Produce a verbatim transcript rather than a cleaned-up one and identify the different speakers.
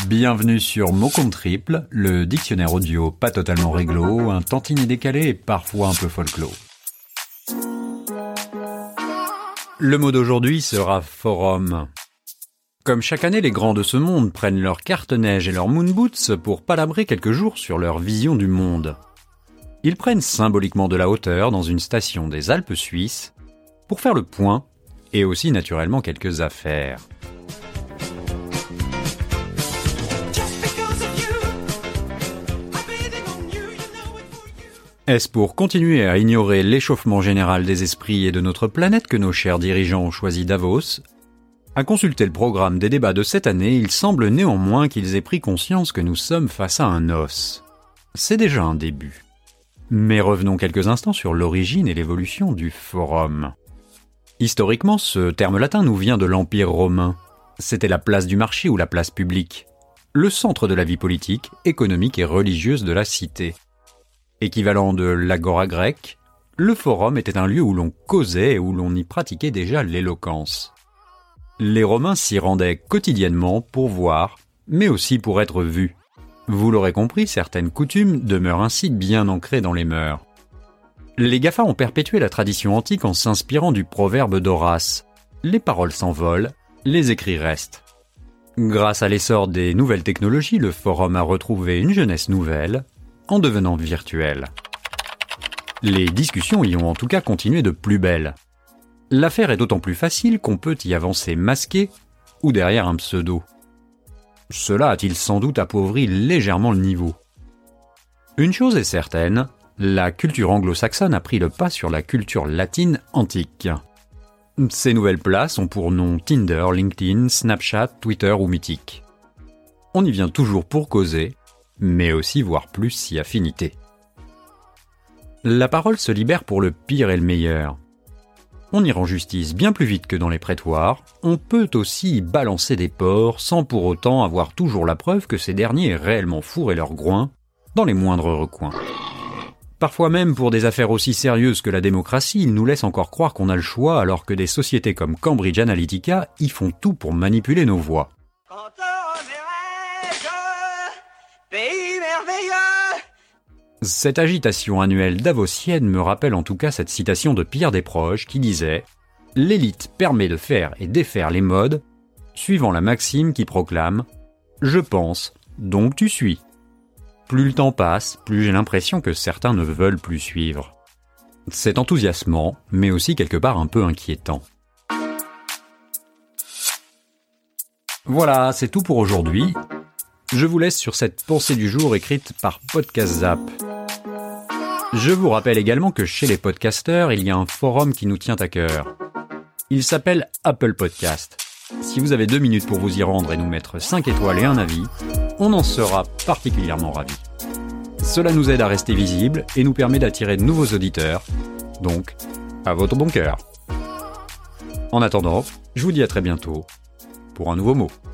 Speaker 1: Bienvenue sur Mot Compte Triple, le dictionnaire audio pas totalement réglo, un tantinet décalé et parfois un peu folklore. Le mot d'aujourd'hui sera forum. Comme chaque année, les grands de ce monde prennent leurs cartes neige et leurs moonboots pour palabrer quelques jours sur leur vision du monde. Ils prennent symboliquement de la hauteur dans une station des Alpes suisses pour faire le point et aussi naturellement quelques affaires. Est-ce pour continuer à ignorer l'échauffement général des esprits et de notre planète que nos chers dirigeants ont choisi Davos ? À consulter le programme des débats de cette année, il semble néanmoins qu'ils aient pris conscience que nous sommes face à un os. C'est déjà un début. Mais revenons quelques instants sur l'origine et l'évolution du forum. Historiquement, ce terme latin nous vient de l'Empire romain. C'était la place du marché ou la place publique, le centre de la vie politique, économique et religieuse de la cité. Équivalent de l'agora grecque, le forum était un lieu où l'on causait et où l'on y pratiquait déjà l'éloquence. Les Romains s'y rendaient quotidiennement pour voir, mais aussi pour être vus. Vous l'aurez compris, certaines coutumes demeurent ainsi bien ancrées dans les mœurs. Les GAFA ont perpétué la tradition antique en s'inspirant du proverbe d'Horace. Les paroles s'envolent, les écrits restent. Grâce à l'essor des nouvelles technologies, le forum a retrouvé une jeunesse nouvelle, en devenant virtuel. Les discussions y ont en tout cas continué de plus belle. L'affaire est d'autant plus facile qu'on peut y avancer masqué ou derrière un pseudo. Cela a-t-il sans doute appauvri légèrement le niveau. Une chose est certaine, la culture anglo-saxonne a pris le pas sur la culture latine antique. Ces nouvelles places ont pour nom Tinder, LinkedIn, Snapchat, Twitter ou Mythique. On y vient toujours pour causer, mais aussi voir plus si affinité. La parole se libère pour le pire et le meilleur. On y rend justice bien plus vite que dans les prétoires, on peut aussi y balancer des porcs sans pour autant avoir toujours la preuve que ces derniers aient réellement fourré leur groin dans les moindres recoins. Parfois même pour des affaires aussi sérieuses que la démocratie, ils nous laissent encore croire qu'on a le choix alors que des sociétés comme Cambridge Analytica y font tout pour manipuler nos voix.
Speaker 2: Pays merveilleux!
Speaker 1: Cette agitation annuelle davosienne me rappelle en tout cas cette citation de Pierre Desproges qui disait « L'élite permet de faire et défaire les modes, suivant la maxime qui proclame « Je pense, donc tu suis ». Plus le temps passe, plus j'ai l'impression que certains ne veulent plus suivre. C'est enthousiasmant, mais aussi quelque part un peu inquiétant. Voilà, c'est tout pour aujourd'hui. Je vous laisse sur cette pensée du jour écrite par Podcast Zap. Je vous rappelle également que chez les podcasteurs, il y a un forum qui nous tient à cœur. Il s'appelle Apple Podcast. Si vous avez deux minutes pour vous y rendre et nous mettre cinq étoiles et un avis, on en sera particulièrement ravis. Cela nous aide à rester visibles et nous permet d'attirer de nouveaux auditeurs. Donc, à votre bon cœur. En attendant, je vous dis à très bientôt pour un nouveau mot.